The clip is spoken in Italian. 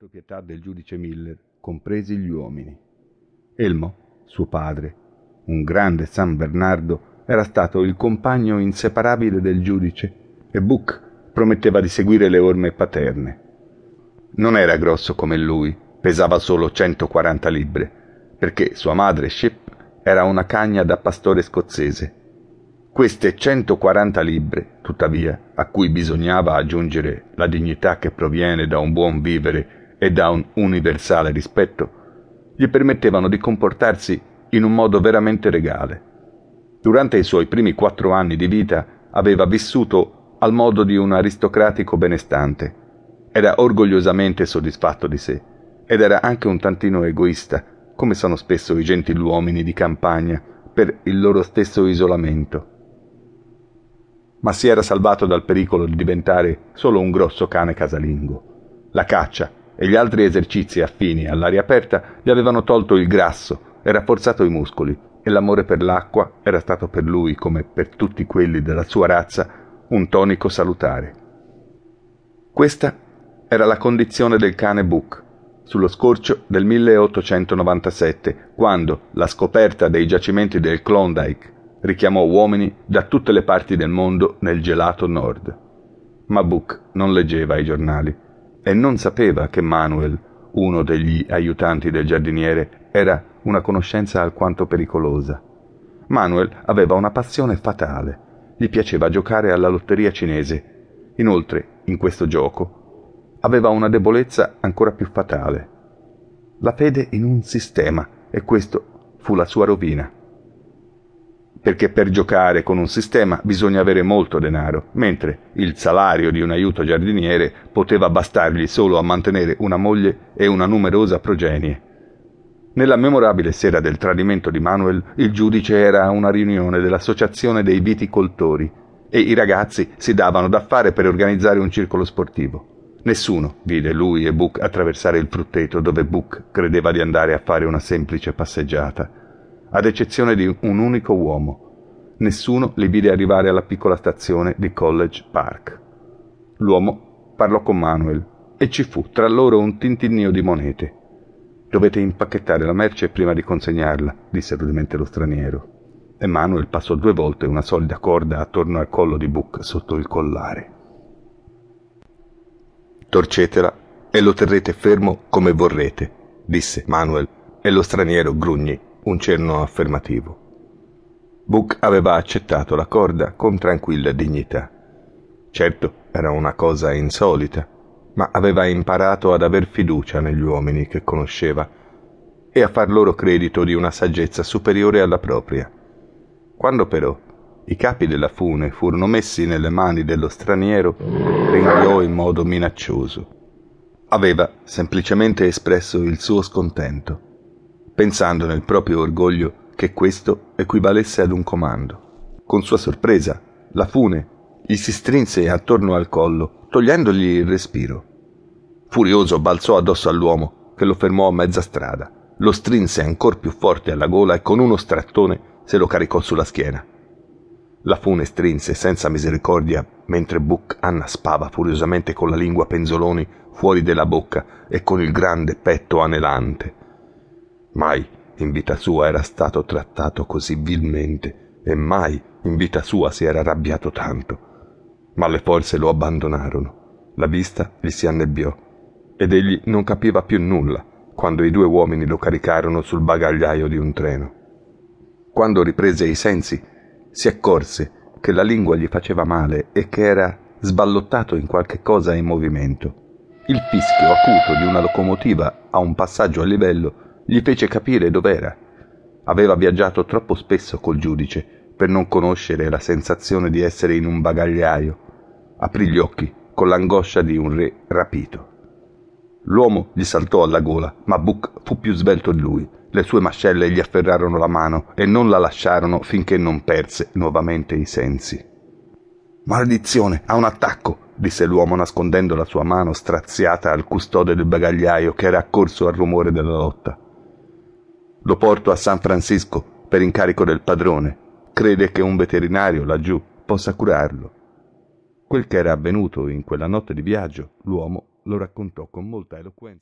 proprietà del giudice Miller, compresi gli uomini. Elmo, suo padre, un grande San Bernardo, era stato il compagno inseparabile del giudice e Buck prometteva di seguire le orme paterne. Non era grosso come lui, pesava solo 140 libbre, perché sua madre Ship era una cagna da pastore scozzese. Queste 140 libbre, tuttavia, a cui bisognava aggiungere la dignità che proviene da un buon vivere e da un universale rispetto, gli permettevano di comportarsi in un modo veramente regale. Durante i suoi primi 4 anni di vita aveva vissuto al modo di un aristocratico benestante. Era orgogliosamente soddisfatto di sé ed era anche un tantino egoista, come sono spesso i gentiluomini di campagna per il loro stesso isolamento. Ma si era salvato dal pericolo di diventare solo un grosso cane casalingo. La caccia e gli altri esercizi affini all'aria aperta gli avevano tolto il grasso e rafforzato i muscoli, e l'amore per l'acqua era stato per lui, come per tutti quelli della sua razza, un tonico salutare. Questa era la condizione del cane Buck, sullo scorcio del 1897, quando la scoperta dei giacimenti del Klondike richiamò uomini da tutte le parti del mondo nel gelato nord. Ma Buck non leggeva i giornali e non sapeva che Manuel, uno degli aiutanti del giardiniere, era una conoscenza alquanto pericolosa. Manuel aveva una passione fatale, gli piaceva giocare alla lotteria cinese. Inoltre, in questo gioco, aveva una debolezza ancora più fatale: la fede in un sistema, e questo fu la sua rovina. Perché per giocare con un sistema bisogna avere molto denaro, mentre il salario di un aiuto giardiniere poteva bastargli solo a mantenere una moglie e una numerosa progenie. Nella memorabile sera del tradimento di Manuel, il giudice era a una riunione dell'Associazione dei Viticoltori e i ragazzi si davano da fare per organizzare un circolo sportivo. Nessuno vide lui e Buck attraversare il frutteto dove Buck credeva di andare a fare una semplice passeggiata. Ad eccezione di un unico uomo. Nessuno li vide arrivare alla piccola stazione di College Park. L'uomo parlò con Manuel e ci fu tra loro un tintinnio di monete. «Dovete impacchettare la merce prima di consegnarla», disse rudemente lo straniero. E Manuel passò 2 volte una solida corda attorno al collo di Buck sotto il collare. «Torcetela e lo terrete fermo come vorrete», disse Manuel, e lo straniero grugnì un cenno affermativo. Buck aveva accettato la corda con tranquilla dignità. Certo, era una cosa insolita, ma aveva imparato ad aver fiducia negli uomini che conosceva e a far loro credito di una saggezza superiore alla propria. Quando però i capi della fune furono messi nelle mani dello straniero, ringhiò in modo minaccioso. Aveva semplicemente espresso il suo scontento, pensando nel proprio orgoglio che questo equivalesse ad un comando. Con sua sorpresa, la fune gli si strinse attorno al collo, togliendogli il respiro. Furioso balzò addosso all'uomo, che lo fermò a mezza strada, lo strinse ancor più forte alla gola e con uno strattone se lo caricò sulla schiena. La fune strinse senza misericordia mentre Buck annaspava furiosamente con la lingua penzoloni fuori della bocca e con il grande petto anelante. Mai in vita sua era stato trattato così vilmente e mai in vita sua si era arrabbiato tanto. Ma le forze lo abbandonarono, la vista gli si annebbiò ed egli non capiva più nulla quando i 2 uomini lo caricarono sul bagagliaio di un treno. Quando riprese i sensi, si accorse che la lingua gli faceva male e che era sballottato in qualche cosa in movimento. Il fischio acuto di una locomotiva a un passaggio a livello gli fece capire dov'era. Aveva viaggiato troppo spesso col giudice per non conoscere la sensazione di essere in un bagagliaio. Aprì gli occhi con l'angoscia di un re rapito. L'uomo gli saltò alla gola, ma Buck fu più svelto di lui. Le sue mascelle gli afferrarono la mano e non la lasciarono finché non perse nuovamente i sensi. «Maledizione, ha un attacco!» disse l'uomo nascondendo la sua mano straziata al custode del bagagliaio che era accorso al rumore della lotta. «Lo porto a San Francisco per incarico del padrone. Crede che un veterinario laggiù possa curarlo». Quel che era avvenuto in quella notte di viaggio, l'uomo lo raccontò con molta eloquenza.